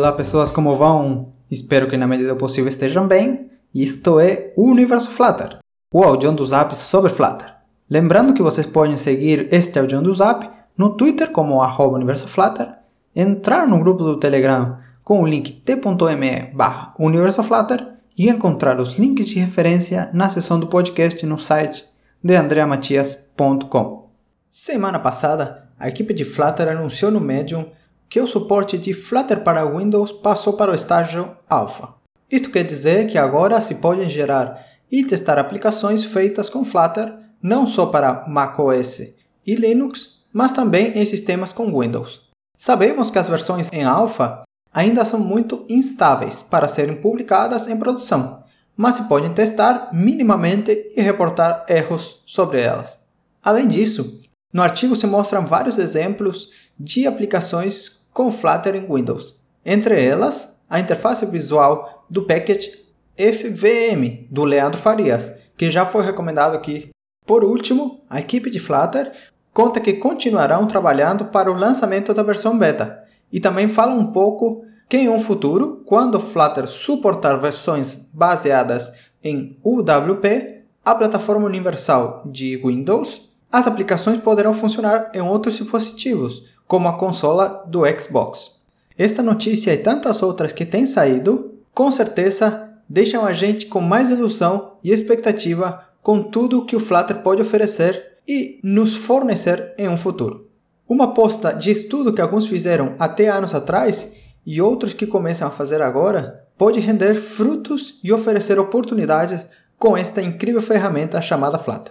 Olá pessoas, como vão? Espero que na medida do possível estejam bem. Isto é o Universo Flutter, o audião do Zap sobre Flutter. Lembrando que vocês podem seguir este audião do Zap no Twitter como @UniversoFlutter, entrar no grupo do Telegram com o link t.me/UniversoFlutter e encontrar os links de referência na seção do podcast no site de andreamatias.com. Semana passada, a equipe de Flutter anunciou no Medium que o suporte de Flutter para Windows passou para o estágio Alpha. Isto quer dizer que agora se podem gerar e testar aplicações feitas com Flutter não só para macOS e Linux, mas também em sistemas com Windows. Sabemos que as versões em Alpha ainda são muito instáveis para serem publicadas em produção, mas se podem testar minimamente e reportar erros sobre elas. Além disso, no artigo se mostram vários exemplos de aplicações com Flutter em Windows. Entre elas, a interface visual do package FVM, do Leandro Farias, que já foi recomendado aqui. Por último, a equipe de Flutter conta que continuarão trabalhando para o lançamento da versão beta e também fala um pouco que em um futuro, quando o Flutter suportar versões baseadas em UWP, a plataforma universal de Windows, as aplicações poderão funcionar em outros dispositivos, como a consola do Xbox. Esta notícia e tantas outras que têm saído, com certeza deixam a gente com mais ilusão e expectativa com tudo o que o Flutter pode oferecer e nos fornecer em um futuro. Uma aposta de estudo que alguns fizeram até anos atrás e outros que começam a fazer agora pode render frutos e oferecer oportunidades com esta incrível ferramenta chamada Flutter.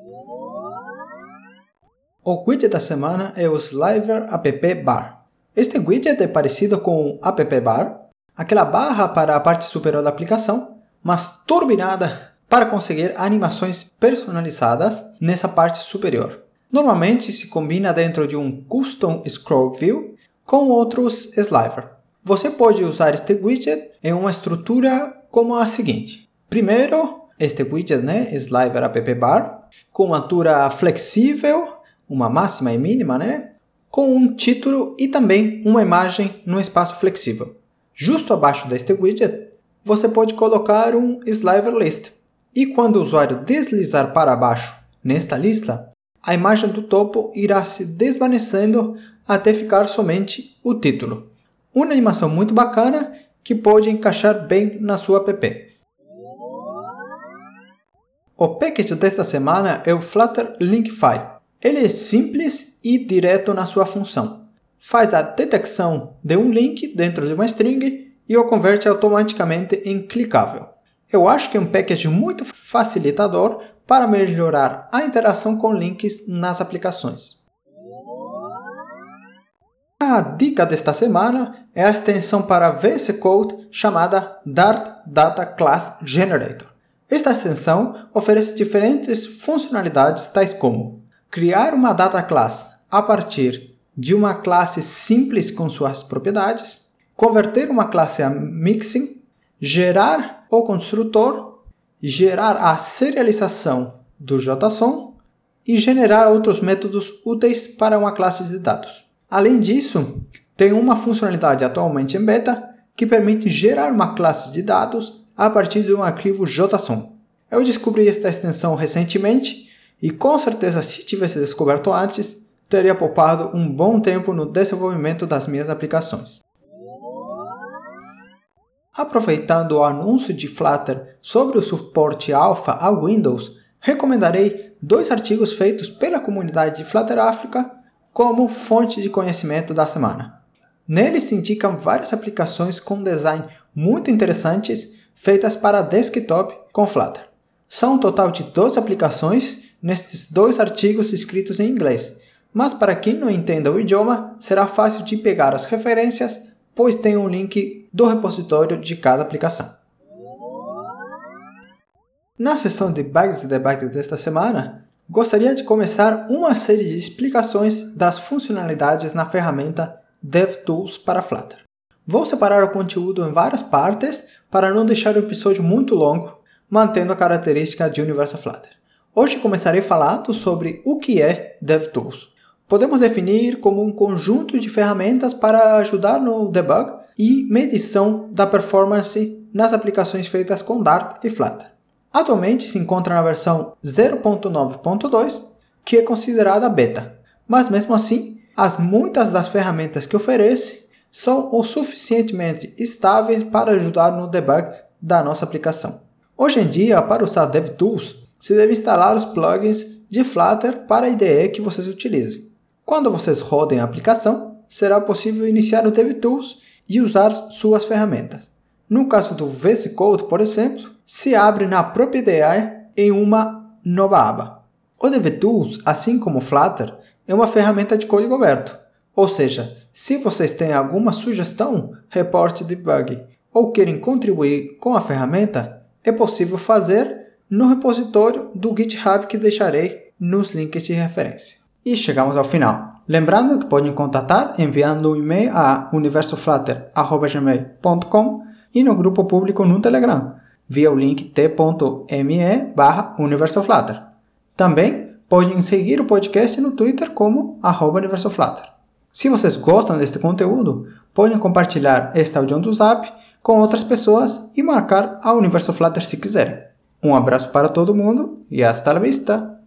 O widget da semana é o Sliver App Bar. Este widget é parecido com o App Bar, aquela barra para a parte superior da aplicação, mas turbinada para conseguir animações personalizadas nessa parte superior. Normalmente se combina dentro de um Custom Scroll View com outros Sliver. Você pode usar este widget em uma estrutura como a seguinte. Primeiro, este widget, Sliver App Bar, com uma altura flexível, uma máxima e mínima, com um título e também uma imagem no espaço flexível. Justo abaixo deste widget, você pode colocar um Sliver List. E quando o usuário deslizar para baixo nesta lista, a imagem do topo irá se desvanecendo até ficar somente o título. Uma animação muito bacana que pode encaixar bem na sua app. O package desta semana é o Flutter Linkify. Ele é simples e direto na sua função. Faz a detecção de um link dentro de uma string e o converte automaticamente em clicável. Eu acho que é um package muito facilitador para melhorar a interação com links nas aplicações. A dica desta semana é a extensão para VS Code chamada Dart Data Class Generator. Esta extensão oferece diferentes funcionalidades tais como criar uma data class a partir de uma classe simples com suas propriedades, converter uma classe a mixin, gerar o construtor, gerar a serialização do JSON e generar outros métodos úteis para uma classe de dados. Além disso, tem uma funcionalidade atualmente em beta que permite gerar uma classe de dados a partir de um arquivo JSON. Eu descobri esta extensão recentemente e com certeza se tivesse descoberto antes, teria poupado um bom tempo no desenvolvimento das minhas aplicações. Aproveitando o anúncio de Flutter sobre o suporte Alpha a Windows, recomendarei 2 artigos feitos pela comunidade de Flutter África como fonte de conhecimento da semana. Neles se indicam várias aplicações com design muito interessantes feitas para desktop com Flutter. São um total de 12 aplicações nestes 2 artigos escritos em inglês, mas para quem não entenda o idioma, será fácil de pegar as referências, pois tem um link do repositório de cada aplicação. Na seção de bugs e debugs desta semana, gostaria de começar uma série de explicações das funcionalidades na ferramenta DevTools para Flutter. Vou separar o conteúdo em várias partes para não deixar o episódio muito longo, mantendo a característica de Universal Flutter. Hoje começarei falando sobre o que é DevTools. Podemos definir como um conjunto de ferramentas para ajudar no debug e medição da performance nas aplicações feitas com Dart e Flutter. Atualmente se encontra na versão 0.9.2, que é considerada beta, mas mesmo assim, muitas das ferramentas que oferece são o suficientemente estáveis para ajudar no debug da nossa aplicação. Hoje em dia, para usar DevTools, se deve instalar os plugins de Flutter para a IDE que vocês utilizem. Quando vocês rodem a aplicação, será possível iniciar o DevTools e usar suas ferramentas. No caso do VS Code, por exemplo, se abre na própria IDE em uma nova aba. O DevTools, assim como o Flutter, é uma ferramenta de código aberto, ou seja, se vocês têm alguma sugestão, reporte de bug ou querem contribuir com a ferramenta, é possível fazer no repositório do GitHub que deixarei nos links de referência. E chegamos ao final. Lembrando que podem contatar enviando um e-mail a universoflutter@gmail.com e no grupo público no Telegram, via o link t.me/universoflutter. Também podem seguir o podcast no Twitter como @universoflutter. Se vocês gostam deste conteúdo, podem compartilhar esta audião do Zap com outras pessoas e marcar a Universo Flutter se quiserem. Um abraço para todo mundo e hasta la vista!